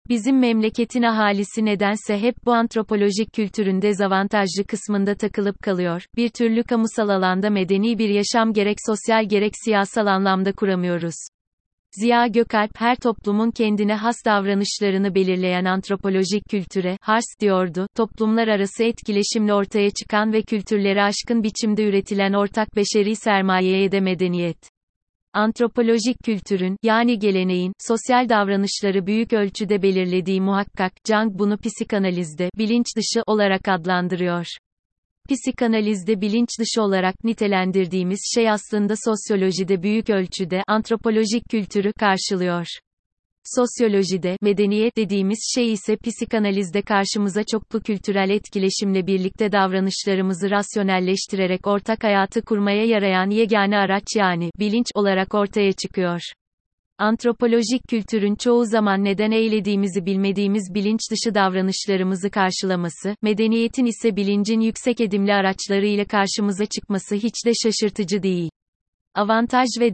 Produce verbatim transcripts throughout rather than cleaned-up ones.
Bizim memleketin ahalisi nedense hep bu antropolojik kültürün dezavantajlı kısmında takılıp kalıyor, bir türlü kamusal alanda medeni bir yaşam gerek sosyal gerek siyasal anlamda kuramıyoruz. Ziya Gökalp, her toplumun kendine has davranışlarını belirleyen antropolojik kültüre, hars diyordu, toplumlar arası etkileşimle ortaya çıkan ve kültürleri aşkın biçimde üretilen ortak beşeri sermayeye de medeniyet. Antropolojik kültürün, yani geleneğin, sosyal davranışları büyük ölçüde belirlediği muhakkak, Jung bunu psikanalizde, bilinç dışı, olarak adlandırıyor. Psikanalizde bilinç dışı olarak nitelendirdiğimiz şey aslında sosyolojide büyük ölçüde, antropolojik kültürü karşılıyor. Sosyolojide, medeniyet dediğimiz şey ise psikanalizde karşımıza çoklu kültürel etkileşimle birlikte davranışlarımızı rasyonelleştirerek ortak hayatı kurmaya yarayan yegane araç yani, bilinç, olarak ortaya çıkıyor. Antropolojik kültürün çoğu zaman neden eylediğimizi bilmediğimiz bilinç dışı davranışlarımızı karşılaması, medeniyetin ise bilincin yüksek edimli araçlarıyla karşımıza çıkması hiç de şaşırtıcı değil. Avantaj ve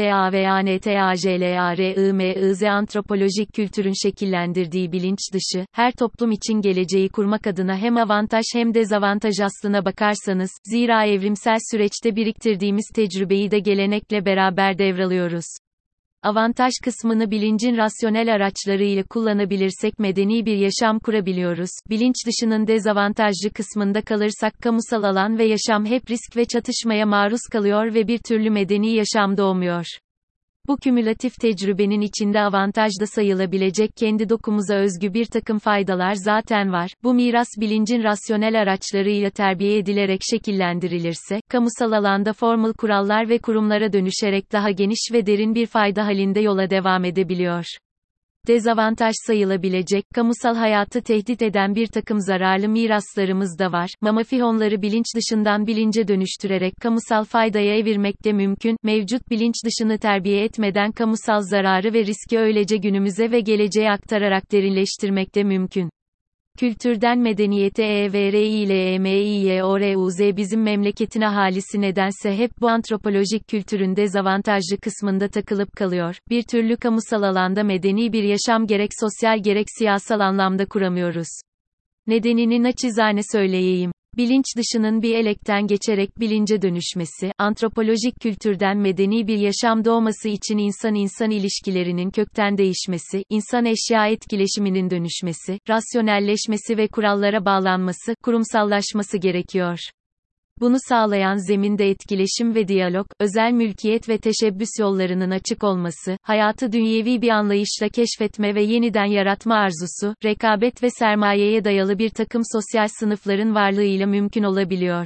dezavantajlı antropolojik kültürün şekillendirdiği bilinç dışı, her toplum için geleceği kurmak adına hem avantaj hem dezavantaj aslına bakarsanız, zira evrimsel süreçte biriktirdiğimiz tecrübeyi de gelenekle beraber devralıyoruz. Avantaj kısmını bilincin rasyonel araçlarıyla kullanabilirsek medeni bir yaşam kurabiliyoruz. Bilinç dışının dezavantajlı kısmında kalırsak kamusal alan ve yaşam hep risk ve çatışmaya maruz kalıyor ve bir türlü medeni yaşam doğmuyor. Bu kümülatif tecrübenin içinde avantajda sayılabilecek kendi dokumuza özgü bir takım faydalar zaten var. Bu miras bilincin rasyonel araçlarıyla terbiye edilerek şekillendirilirse, kamusal alanda formal kurallar ve kurumlara dönüşerek daha geniş ve derin bir fayda halinde yola devam edebiliyor. Dezavantaj sayılabilecek, kamusal hayatı tehdit eden bir takım zararlı miraslarımız da var. Mamafihonları bilinç dışından bilince dönüştürerek kamusal faydaya evirmek de mümkün. Mevcut bilinç dışını terbiye etmeden kamusal zararı ve riski öylece günümüze ve geleceğe aktararak derinleştirmek de mümkün. Kültürden medeniyete evrilemeyoruz bizim memleketin ahalisi nedense hep bu antropolojik kültürün dezavantajlı kısmında takılıp kalıyor, bir türlü kamusal alanda medeni bir yaşam gerek sosyal gerek siyasal anlamda kuramıyoruz. Nedenini naçizane söyleyeyim. Bilinç dışının bir elekten geçerek bilince dönüşmesi, antropolojik kültürden medeni bir yaşam doğması için insan-insan ilişkilerinin kökten değişmesi, insan-eşya etkileşiminin dönüşmesi, rasyonelleşmesi ve kurallara bağlanması, kurumsallaşması gerekiyor. Bunu sağlayan zeminde etkileşim ve diyalog, özel mülkiyet ve teşebbüs yollarının açık olması, hayatı dünyevi bir anlayışla keşfetme ve yeniden yaratma arzusu, rekabet ve sermayeye dayalı bir takım sosyal sınıfların varlığıyla mümkün olabiliyor.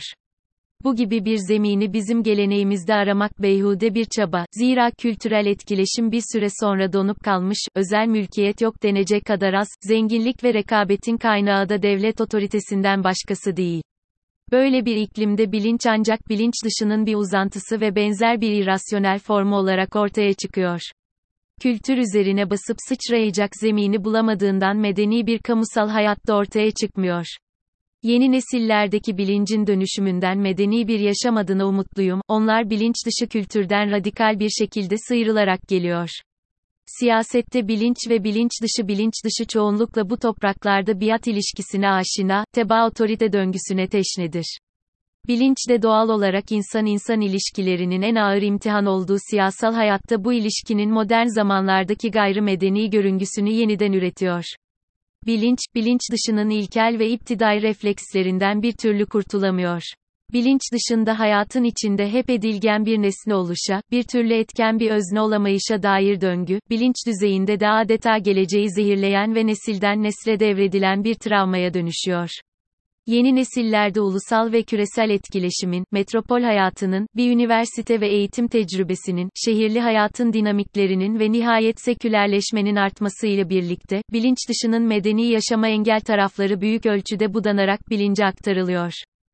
Bu gibi bir zemini bizim geleneğimizde aramak beyhude bir çaba, zira kültürel etkileşim bir süre sonra donup kalmış, özel mülkiyet yok denecek kadar az, zenginlik ve rekabetin kaynağı da devlet otoritesinden başkası değil. Böyle bir iklimde bilinç ancak bilinç dışının bir uzantısı ve benzer bir irrasyonel formu olarak ortaya çıkıyor. Kültür üzerine basıp sıçrayacak zemini bulamadığından medeni bir kamusal hayatta ortaya çıkmıyor. Yeni nesillerdeki bilincin dönüşümünden medeni bir yaşam adına umutluyum, onlar bilinç dışı kültürden radikal bir şekilde sıyrılarak geliyor. Siyasette bilinç ve bilinç dışı bilinç dışı çoğunlukla bu topraklarda biat ilişkisine aşina, tebaa otorite döngüsüne teşnedir. Bilinç de doğal olarak insan-insan ilişkilerinin en ağır imtihan olduğu siyasal hayatta bu ilişkinin modern zamanlardaki gayrimedeni görüngüsünü yeniden üretiyor. Bilinç, bilinç dışının ilkel ve iptidai reflekslerinden bir türlü kurtulamıyor. Bilinç dışında hayatın içinde hep edilgen bir nesne oluşa, bir türlü etken bir özne olamayışa dair döngü, bilinç düzeyinde de adeta geleceği zehirleyen ve nesilden nesle devredilen bir travmaya dönüşüyor. Yeni nesillerde ulusal ve küresel etkileşimin, metropol hayatının, bir üniversite ve eğitim tecrübesinin, şehirli hayatın dinamiklerinin ve nihayet sekülerleşmenin artmasıyla birlikte, bilinç dışının medeni yaşama engel tarafları büyük ölçüde budanarak bilince aktarılıyor.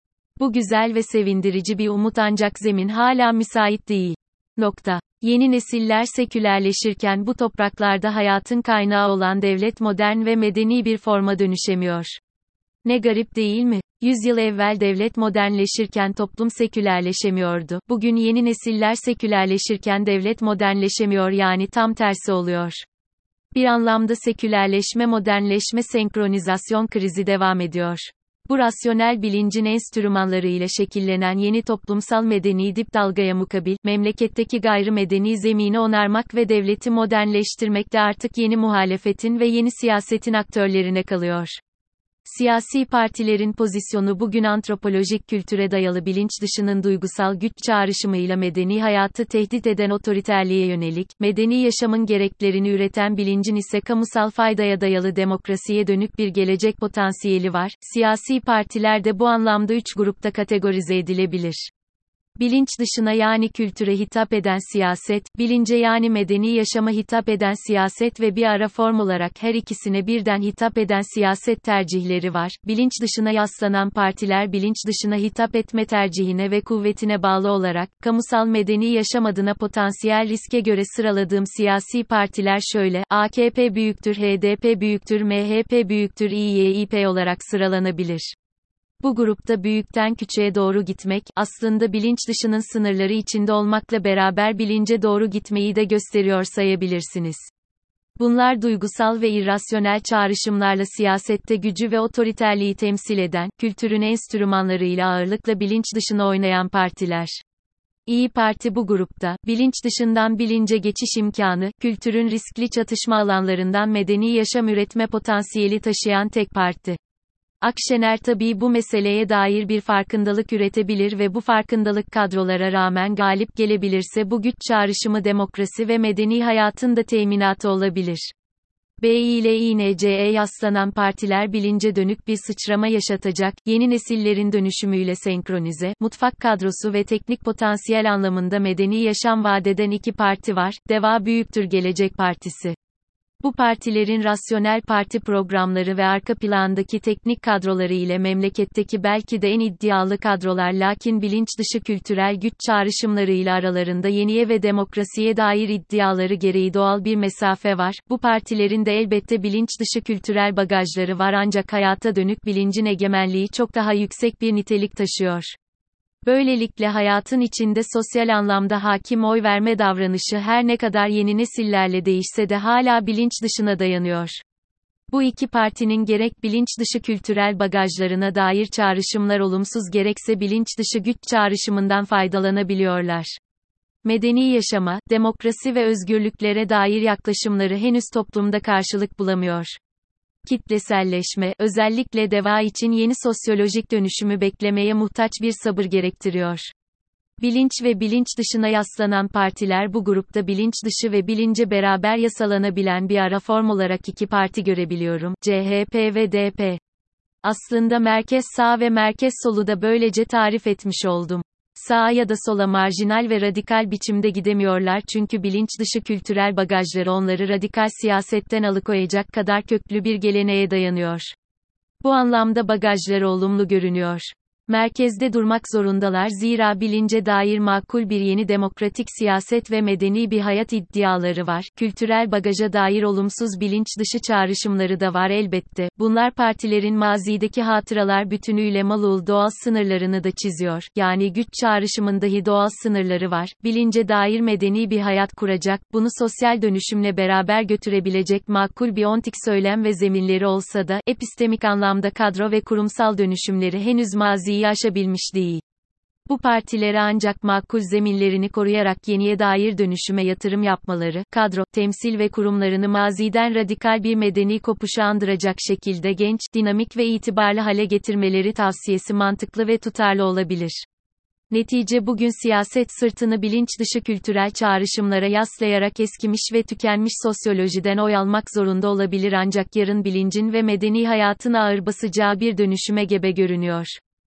Bu güzel ve sevindirici bir umut ancak zemin hala müsait değil. Nokta. Yeni nesiller sekülerleşirken bu topraklarda hayatın kaynağı olan devlet modern ve medeni bir forma dönüşemiyor. Ne garip değil mi? Yüzyıl evvel devlet modernleşirken toplum sekülerleşemiyordu. Bugün yeni nesiller sekülerleşirken devlet modernleşemiyor yani tam tersi oluyor. Bir anlamda sekülerleşme, modernleşme, senkronizasyon krizi devam ediyor. Bu rasyonel bilincin enstrümanları ile şekillenen yeni toplumsal medeni dip dalgaya mukabil, memleketteki gayrimedeni zemini onarmak ve devleti modernleştirmek de artık yeni muhalefetin ve yeni siyasetin aktörlerine kalıyor. Siyasi partilerin pozisyonu bugün antropolojik kültüre dayalı bilinç dışının duygusal güç çağrışımıyla medeni hayatı tehdit eden otoriterliğe yönelik, medeni yaşamın gereklerini üreten bilincin ise kamusal faydaya dayalı demokrasiye dönük bir gelecek potansiyeli var. Siyasi partiler de bu anlamda üç grupta kategorize edilebilir. Bilinç dışına yani kültüre hitap eden siyaset, bilince yani medeni yaşama hitap eden siyaset ve bir ara form olarak her ikisine birden hitap eden siyaset tercihleri var. Bilinç dışına yaslanan partiler bilinç dışına hitap etme tercihine ve kuvvetine bağlı olarak, kamusal medeni yaşam adına potansiyel riske göre sıraladığım siyasi partiler şöyle, A K P büyüktür H D P büyüktür M H P büyüktür İ Y İ P olarak sıralanabilir. Bu grupta büyükten küçüğe doğru gitmek, aslında bilinç dışının sınırları içinde olmakla beraber bilince doğru gitmeyi de gösteriyor sayabilirsiniz. Bunlar duygusal ve irrasyonel çağrışımlarla siyasette gücü ve otoriterliği temsil eden, kültürün enstrümanlarıyla ağırlıkla bilinç dışına oynayan partiler. İyi Parti bu grupta, bilinç dışından bilince geçiş imkanı, kültürün riskli çatışma alanlarından medeni yaşam üretme potansiyeli taşıyan tek parti. Akşener tabii bu meseleye dair bir farkındalık üretebilir ve bu farkındalık kadrolara rağmen galip gelebilirse bu güç çağrışımı demokrasi ve medeni hayatın da teminatı olabilir. B ile İ N C'ye yaslanan partiler bilince dönük bir sıçrama yaşatacak, yeni nesillerin dönüşümüyle senkronize, mutfak kadrosu ve teknik potansiyel anlamında medeni yaşam vaat eden iki parti var, DEVA büyüktür Gelecek Partisi. Bu partilerin rasyonel parti programları ve arka plandaki teknik kadroları ile memleketteki belki de en iddialı kadrolar lakin bilinç dışı kültürel güç çağrışımlarıyla aralarında yeniye ve demokrasiye dair iddiaları gereği doğal bir mesafe var. Bu partilerin de elbette bilinç dışı kültürel bagajları var ancak hayata dönük bilincin egemenliği çok daha yüksek bir nitelik taşıyor. Böylelikle hayatın içinde sosyal anlamda hakim oy verme davranışı her ne kadar yeni nesillerle değişse de hala bilinç dışına dayanıyor. Bu iki partinin gerek bilinç dışı kültürel bagajlarına dair çağrışımlar olumsuz gerekse bilinç dışı güç çağrışımından faydalanabiliyorlar. Medeni yaşama, demokrasi ve özgürlüklere dair yaklaşımları henüz toplumda karşılık bulamıyor. Kitleselleşme, özellikle DEVA için yeni sosyolojik dönüşümü beklemeye muhtaç bir sabır gerektiriyor. Bilinç ve bilinç dışına yaslanan partiler bu grupta bilinç dışı ve bilince beraber yasalanabilen bir ara form olarak iki parti görebiliyorum, C H P ve D P. Aslında merkez sağ ve merkez solu da böylece tarif etmiş oldum. Sağa ya da sola marjinal ve radikal biçimde gidemiyorlar çünkü bilinç dışı kültürel bagajları onları radikal siyasetten alıkoyacak kadar köklü bir geleneğe dayanıyor. Bu anlamda bagajları olumlu görünüyor. Merkezde durmak zorundalar zira bilince dair makul bir yeni demokratik siyaset ve medeni bir hayat iddiaları var. Kültürel bagaja dair olumsuz bilinç dışı çağrışımları da var elbette. Bunlar partilerin mazideki hatıralar bütünüyle malul doğal sınırlarını da çiziyor. Yani güç çağrışımındahi doğal sınırları var. Bilince dair medeni bir hayat kuracak, bunu sosyal dönüşümle beraber götürebilecek makul bir ontik söylem ve zeminleri olsa da, epistemik anlamda kadro ve kurumsal dönüşümleri henüz maziyi aşabilmiş değil. Bu partilere ancak makul zeminlerini koruyarak yeniye dair dönüşüme yatırım yapmaları, kadro, temsil ve kurumlarını maziden radikal bir medeni kopuşa andıracak şekilde genç, dinamik ve itibarlı hale getirmeleri tavsiyesi mantıklı ve tutarlı olabilir. Netice bugün siyaset sırtını bilinç dışı kültürel çağrışımlara yaslayarak eskimiş ve tükenmiş sosyolojiden oy almak zorunda olabilir ancak yarın bilincin ve medeni hayatın ağır basacağı bir dönüşüme gebe görünüyor.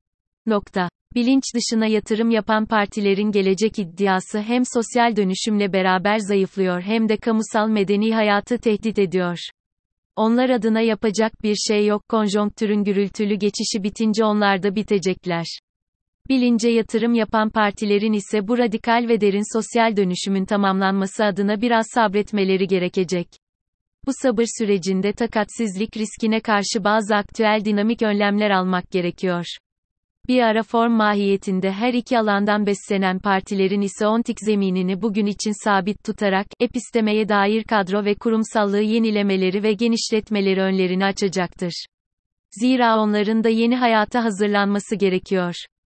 Nokta. Bilinç dışına yatırım yapan partilerin gelecek iddiası hem sosyal dönüşümle beraber zayıflıyor hem de kamusal medeni hayatı tehdit ediyor. Onlar adına yapacak bir şey yok, konjonktürün gürültülü geçişi bitince onlar da bitecekler. Bilince yatırım yapan partilerin ise bu radikal ve derin sosyal dönüşümün tamamlanması adına biraz sabretmeleri gerekecek. Bu sabır sürecinde takatsizlik riskine karşı bazı aktüel dinamik önlemler almak gerekiyor. Bir ara form mahiyetinde her iki alandan beslenen partilerin ise ontik zeminini bugün için sabit tutarak, epistemeye dair kadro ve kurumsallığı yenilemeleri ve genişletmeleri önlerini açacaktır. Zira onların da yeni hayata hazırlanması gerekiyor.